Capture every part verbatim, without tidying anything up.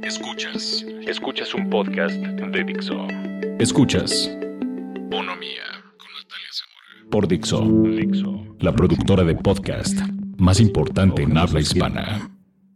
Escuchas. Escuchas un podcast de Dixo. Escuchas Bonomía con Natalia Zamora. Por Dixo. Dixo. La productora de podcast más importante en habla hispana.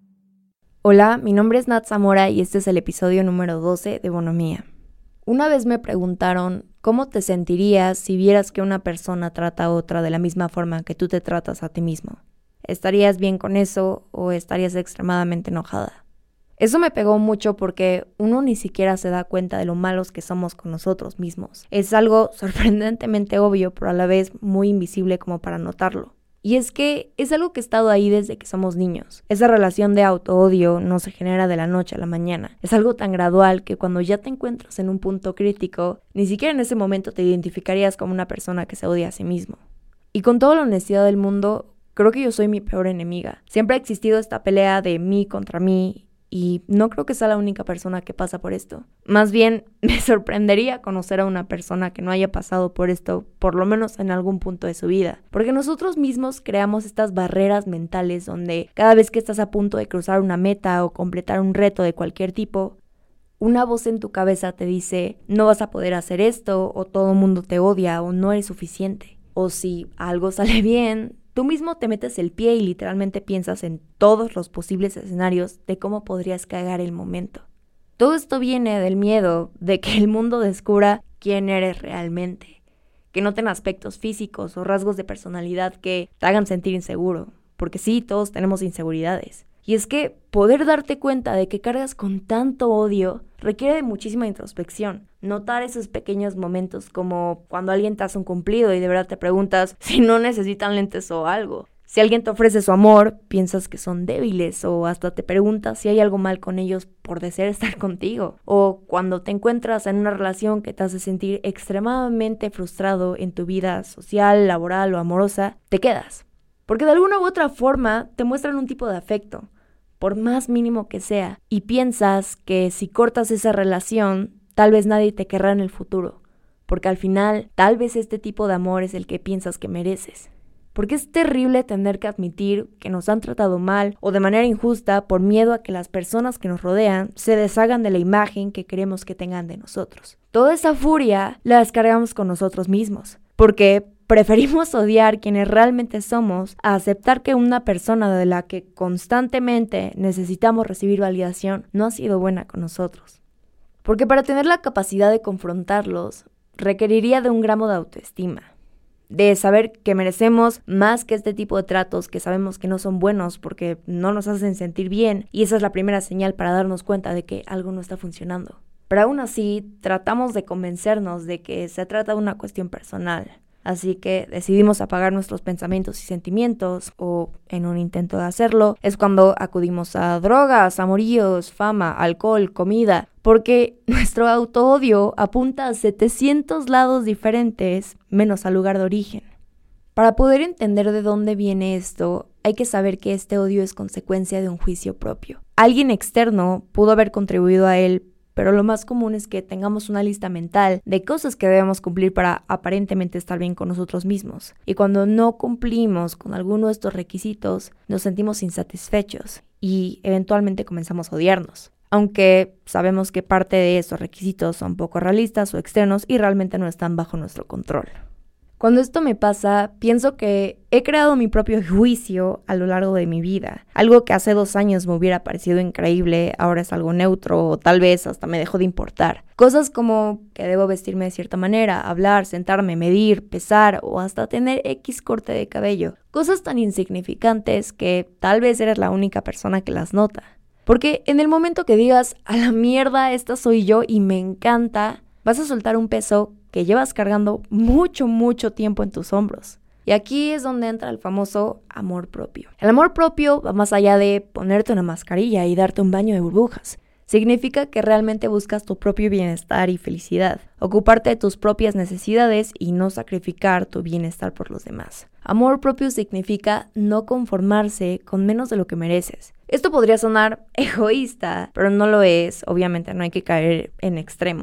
Hola, mi nombre es Nat Zamora y este es el episodio número doce de Bonomía. Una vez me preguntaron cómo te sentirías si vieras que una persona trata a otra de la misma forma que tú te tratas a ti mismo. ¿Estarías bien con eso o estarías extremadamente enojada? Eso me pegó mucho porque uno ni siquiera se da cuenta de lo malos que somos con nosotros mismos. Es algo sorprendentemente obvio, pero a la vez muy invisible como para notarlo. Y es que es algo que ha estado ahí desde que somos niños. Esa relación de auto-odio no se genera de la noche a la mañana. Es algo tan gradual que cuando ya te encuentras en un punto crítico, ni siquiera en ese momento te identificarías como una persona que se odia a sí mismo. Y con toda la honestidad del mundo, creo que yo soy mi peor enemiga. Siempre ha existido esta pelea de mí contra mí y no creo que sea la única persona que pasa por esto. Más bien, me sorprendería conocer a una persona que no haya pasado por esto, por lo menos en algún punto de su vida. Porque nosotros mismos creamos estas barreras mentales donde cada vez que estás a punto de cruzar una meta o completar un reto de cualquier tipo, una voz en tu cabeza te dice, no vas a poder hacer esto, o todo el mundo te odia, o no eres suficiente. O si algo sale bien, tú mismo te metes el pie y literalmente piensas en todos los posibles escenarios de cómo podrías cagar el momento. Todo esto viene del miedo de que el mundo descubra quién eres realmente, que noten aspectos físicos o rasgos de personalidad que te hagan sentir inseguro, porque sí, todos tenemos inseguridades. Y es que poder darte cuenta de que cargas con tanto odio requiere de muchísima introspección. Notar esos pequeños momentos como cuando alguien te hace un cumplido y de verdad te preguntas si no necesitan lentes o algo. Si alguien te ofrece su amor, piensas que son débiles o hasta te preguntas si hay algo mal con ellos por desear estar contigo. O cuando te encuentras en una relación que te hace sentir extremadamente frustrado en tu vida social, laboral o amorosa, te quedas. Porque de alguna u otra forma te muestran un tipo de afecto, por más mínimo que sea, y piensas que si cortas esa relación, tal vez nadie te querrá en el futuro, porque al final, tal vez este tipo de amor es el que piensas que mereces. Porque es terrible tener que admitir que nos han tratado mal o de manera injusta por miedo a que las personas que nos rodean se deshagan de la imagen que queremos que tengan de nosotros. Toda esa furia la descargamos con nosotros mismos, porque preferimos odiar quienes realmente somos a aceptar que una persona de la que constantemente necesitamos recibir validación no ha sido buena con nosotros. Porque para tener la capacidad de confrontarlos, requeriría de un gramo de autoestima, de saber que merecemos más que este tipo de tratos que sabemos que no son buenos porque no nos hacen sentir bien, y esa es la primera señal para darnos cuenta de que algo no está funcionando. Pero aún así, tratamos de convencernos de que se trata de una cuestión personal. Así que decidimos apagar nuestros pensamientos y sentimientos, o en un intento de hacerlo, es cuando acudimos a drogas, amoríos, fama, alcohol, comida, porque nuestro auto-odio apunta a setecientos lados diferentes, menos al lugar de origen. Para poder entender de dónde viene esto, hay que saber que este odio es consecuencia de un juicio propio. Alguien externo pudo haber contribuido a él, pero lo más común es que tengamos una lista mental de cosas que debemos cumplir para aparentemente estar bien con nosotros mismos. Y cuando no cumplimos con alguno de estos requisitos, nos sentimos insatisfechos y eventualmente comenzamos a odiarnos. Aunque sabemos que parte de esos requisitos son poco realistas o externos y realmente no están bajo nuestro control. Cuando esto me pasa, pienso que he creado mi propio juicio a lo largo de mi vida. Algo que hace dos años me hubiera parecido increíble, ahora es algo neutro o tal vez hasta me dejó de importar. Cosas como que debo vestirme de cierta manera, hablar, sentarme, medir, pesar o hasta tener X corte de cabello. Cosas tan insignificantes que tal vez eres la única persona que las nota. Porque en el momento que digas, a la mierda, esta soy yo y me encanta, vas a soltar un peso que llevas cargando mucho, mucho tiempo en tus hombros. Y aquí es donde entra el famoso amor propio. El amor propio va más allá de ponerte una mascarilla y darte un baño de burbujas. Significa que realmente buscas tu propio bienestar y felicidad, ocuparte de tus propias necesidades y no sacrificar tu bienestar por los demás. Amor propio significa no conformarse con menos de lo que mereces. Esto podría sonar egoísta, pero no lo es. Obviamente no hay que caer en extremos,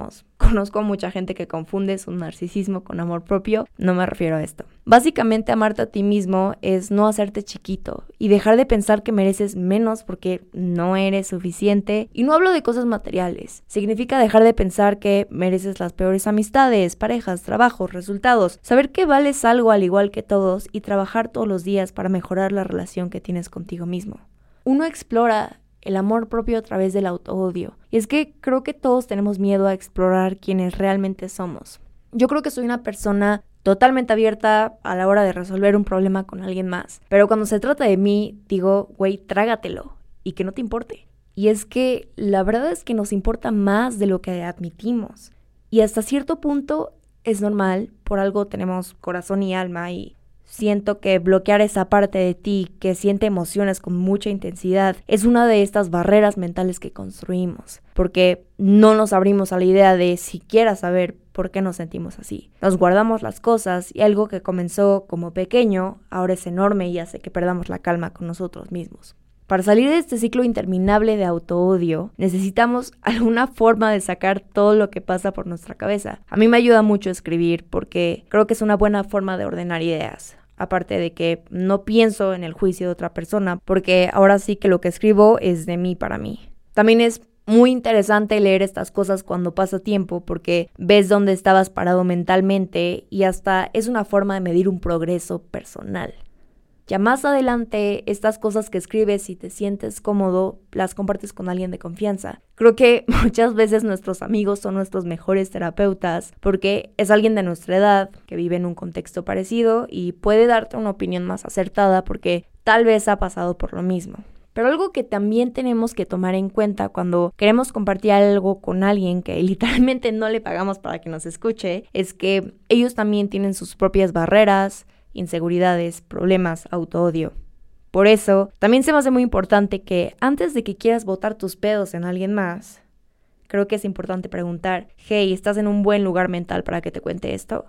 conozco mucha gente que confunde su narcisismo con amor propio. No me refiero a esto. Básicamente, amarte a ti mismo es no hacerte chiquito y dejar de pensar que mereces menos porque no eres suficiente. Y no hablo de cosas materiales. Significa dejar de pensar que mereces las peores amistades, parejas, trabajos, resultados. Saber que vales algo al igual que todos y trabajar todos los días para mejorar la relación que tienes contigo mismo. Uno explora el amor propio a través del autoodio. Y es que creo que todos tenemos miedo a explorar quiénes realmente somos. Yo creo que soy una persona totalmente abierta a la hora de resolver un problema con alguien más. Pero cuando se trata de mí, digo, güey, trágatelo y que no te importe. Y es que la verdad es que nos importa más de lo que admitimos. Y hasta cierto punto es normal, por algo tenemos corazón y alma y siento que bloquear esa parte de ti que siente emociones con mucha intensidad es una de estas barreras mentales que construimos, porque no nos abrimos a la idea de siquiera saber por qué nos sentimos así. Nos guardamos las cosas y algo que comenzó como pequeño ahora es enorme y hace que perdamos la calma con nosotros mismos. Para salir de este ciclo interminable de autoodio, necesitamos alguna forma de sacar todo lo que pasa por nuestra cabeza. A mí me ayuda mucho escribir porque creo que es una buena forma de ordenar ideas. Aparte de que no pienso en el juicio de otra persona, porque ahora sí que lo que escribo es de mí para mí. También es muy interesante leer estas cosas cuando pasa tiempo, porque ves dónde estabas parado mentalmente y hasta es una forma de medir un progreso personal. Ya más adelante, estas cosas que escribes y te sientes cómodo, las compartes con alguien de confianza. Creo que muchas veces nuestros amigos son nuestros mejores terapeutas porque es alguien de nuestra edad que vive en un contexto parecido y puede darte una opinión más acertada porque tal vez ha pasado por lo mismo. Pero algo que también tenemos que tomar en cuenta cuando queremos compartir algo con alguien que literalmente no le pagamos para que nos escuche es que ellos también tienen sus propias barreras, inseguridades, problemas, autoodio. Por eso, también se me hace muy importante que antes de que quieras botar tus pedos en alguien más, creo que es importante preguntar, hey, ¿estás en un buen lugar mental para que te cuente esto?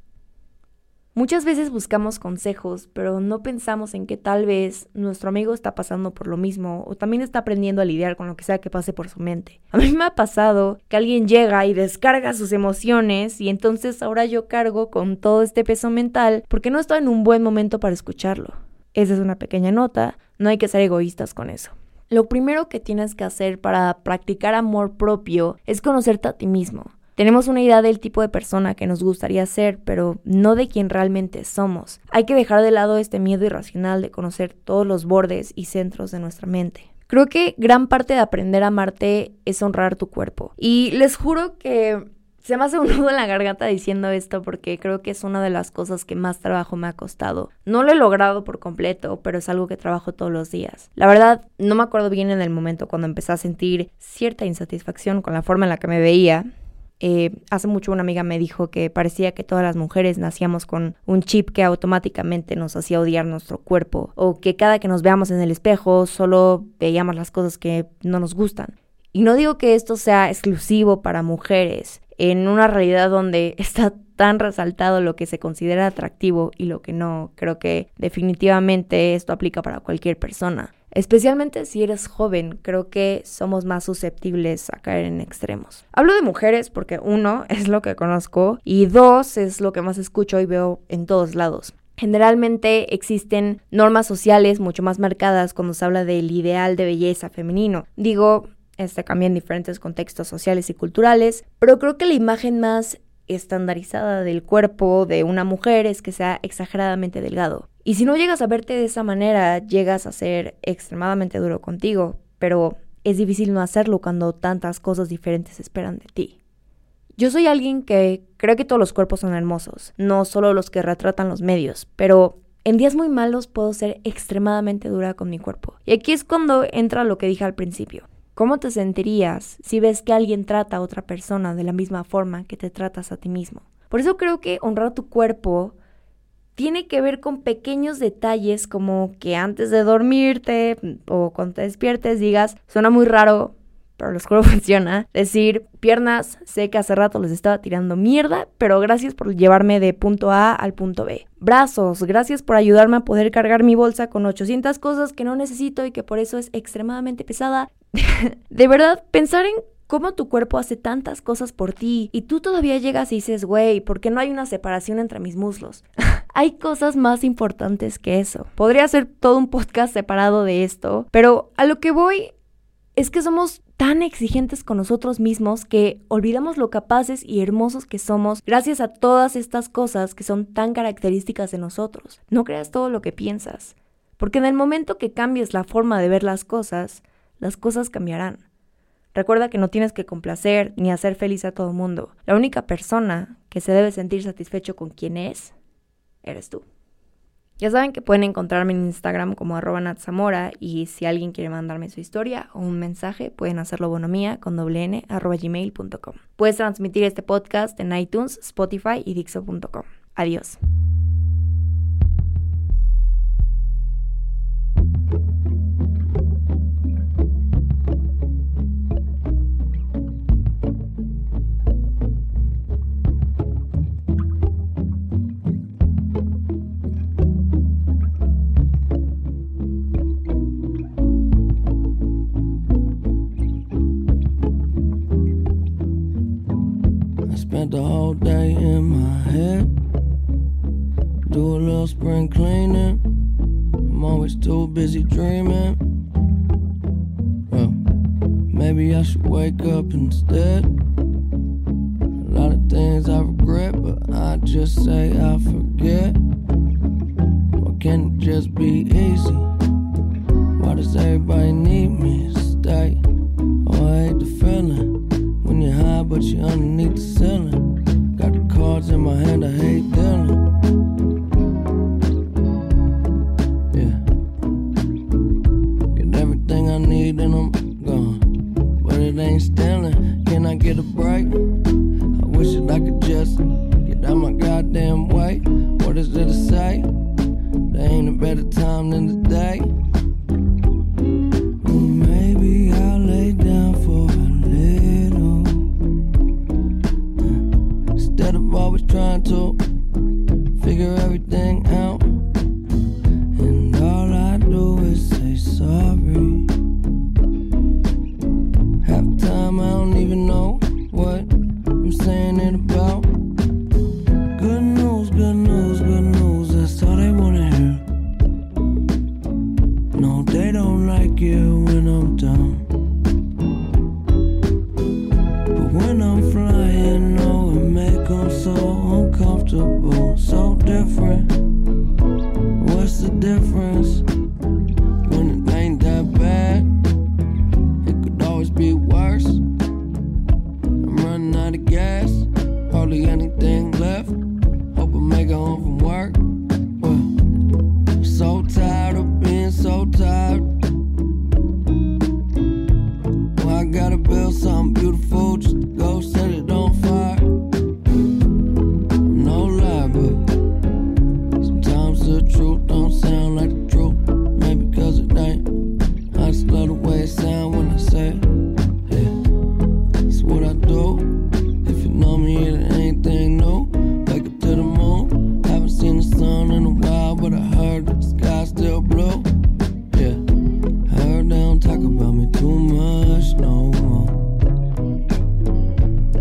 Muchas veces buscamos consejos, pero no pensamos en que tal vez nuestro amigo está pasando por lo mismo o también está aprendiendo a lidiar con lo que sea que pase por su mente. A mí me ha pasado que alguien llega y descarga sus emociones y entonces ahora yo cargo con todo este peso mental porque no estoy en un buen momento para escucharlo. Esa es una pequeña nota, no hay que ser egoístas con eso. Lo primero que tienes que hacer para practicar amor propio es conocerte a ti mismo. Tenemos una idea del tipo de persona que nos gustaría ser, pero no de quién realmente somos. Hay que dejar de lado este miedo irracional de conocer todos los bordes y centros de nuestra mente. Creo que gran parte de aprender a amarte es honrar tu cuerpo. Y les juro que se me hace un nudo en la garganta diciendo esto porque creo que es una de las cosas que más trabajo me ha costado. No lo he logrado por completo, pero es algo que trabajo todos los días. La verdad, no me acuerdo bien en el momento cuando empecé a sentir cierta insatisfacción con la forma en la que me veía. Eh, hace mucho una amiga me dijo que parecía que todas las mujeres nacíamos con un chip que automáticamente nos hacía odiar nuestro cuerpo o que cada que nos veamos en el espejo solo veíamos las cosas que no nos gustan. Y no digo que esto sea exclusivo para mujeres, en una realidad donde está tan resaltado lo que se considera atractivo y lo que no. Creo que definitivamente esto aplica para cualquier persona. Especialmente si eres joven, creo que somos más susceptibles a caer en extremos. Hablo de mujeres porque uno, es lo que conozco y dos, es lo que más escucho y veo en todos lados. Generalmente existen normas sociales mucho más marcadas cuando se habla del ideal de belleza femenino. Digo, este cambia en diferentes contextos sociales y culturales, pero creo que la imagen más estandarizada del cuerpo de una mujer es que sea exageradamente delgado. Y si no llegas a verte de esa manera, llegas a ser extremadamente duro contigo, pero es difícil no hacerlo cuando tantas cosas diferentes esperan de ti. Yo soy alguien que cree que todos los cuerpos son hermosos, no solo los que retratan los medios, pero en días muy malos puedo ser extremadamente dura con mi cuerpo. Y aquí es cuando entra lo que dije al principio. ¿Cómo te sentirías si ves que alguien trata a otra persona de la misma forma que te tratas a ti mismo? Por eso creo que honrar tu cuerpo tiene que ver con pequeños detalles como que antes de dormirte o cuando te despiertes digas, suena muy raro, pero les juro funciona, decir, piernas, sé que hace rato les estaba tirando mierda, pero gracias por llevarme de punto A al punto B. Brazos, gracias por ayudarme a poder cargar mi bolsa con ochocientas cosas que no necesito y que por eso es extremadamente pesada. De verdad, pensar en cómo tu cuerpo hace tantas cosas por ti y tú todavía llegas y dices, güey, ¿por qué no hay una separación entre mis muslos? Hay cosas más importantes que eso. Podría ser todo un podcast separado de esto, pero a lo que voy es que somos tan exigentes con nosotros mismos que olvidamos lo capaces y hermosos que somos gracias a todas estas cosas que son tan características de nosotros. No creas todo lo que piensas, porque en el momento que cambies la forma de ver las cosas, las cosas cambiarán. Recuerda que no tienes que complacer ni hacer feliz a todo el mundo. La única persona que se debe sentir satisfecho con quien es, eres tú. Ya saben que pueden encontrarme en Instagram como arroba natzamora y si alguien quiere mandarme su historia o un mensaje, pueden hacerlo bonomía con doble n arroba gmail punto com. Puedes transmitir este podcast en iTunes, Spotify y Dixo punto com. Adiós. Spent the whole day in my head. Do a little spring cleaning. I'm always too busy dreaming. Well, maybe I should wake up instead. A lot of things I regret, but I just say I forget. Why can't it just be easy? Why does everybody need me to stay? Oh, I hate the feeling when you're high but you're underneath the ceiling. Got the cards in my hand, I hate dealing. Yeah, get everything I need and I'm gone, but it ain't stealing. Can I get a break? I wish that I could just get out my goddamn way. What is there to say? There ain't a better time than today. Maybe I'll lay down for a little, instead of always trying to figure everything out. And all I do is say sorry. Half the time I don't even know what I'm saying it about. Good news, good news, good news, that's all they wanna hear. No, they don't like it when I'm down, but when I'm flying, oh, it make them so uncomfortable, so different. What's the difference? When it ain't that bad, it could always be worse. I'm running out of gas, hardly anything left. Hope I make it home from work. Well, I'm so tired of being so tired. Well, I gotta build something beautiful just to go set it on fire. No lie, but sometimes the truth don't sound like the truth. Maybe cause it ain't. I just love the way it sound when I say it. Yeah, it's what I do. If you know me, it ain't anything new. Wake up to the moon. Haven't seen the sun in a while, but I heard that the sky's still blue. Yeah, I heard they don't talk about me too much no more.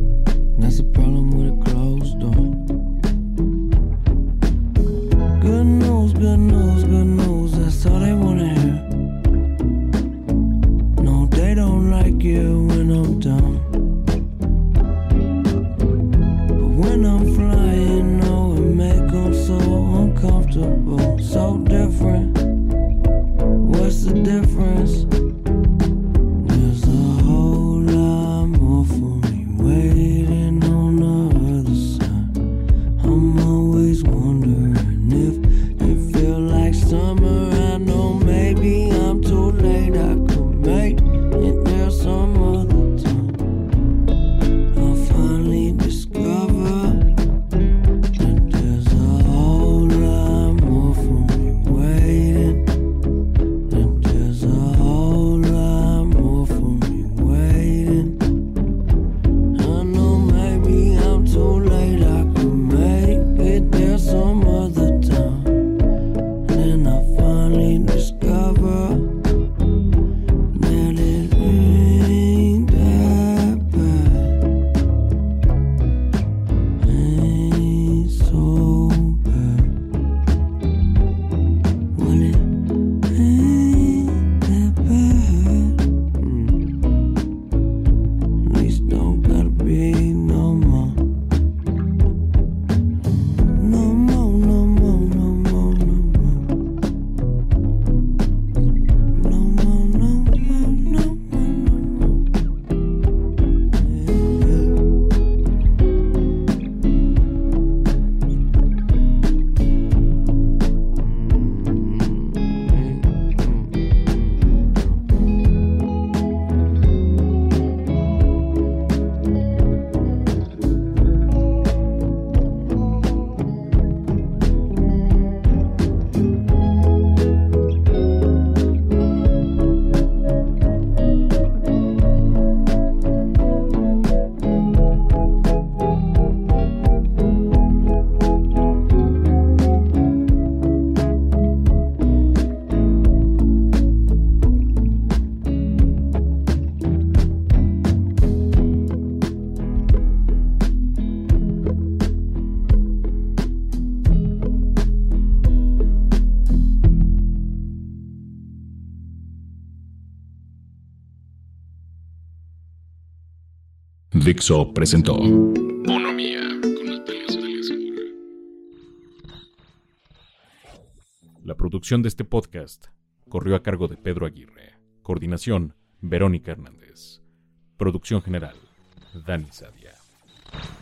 Dixo presentó Bonomía con Natalia Zamora. La producción de este podcast corrió a cargo de Pedro Aguirre. Coordinación, Verónica Hernández. Producción general, Dani Sadia.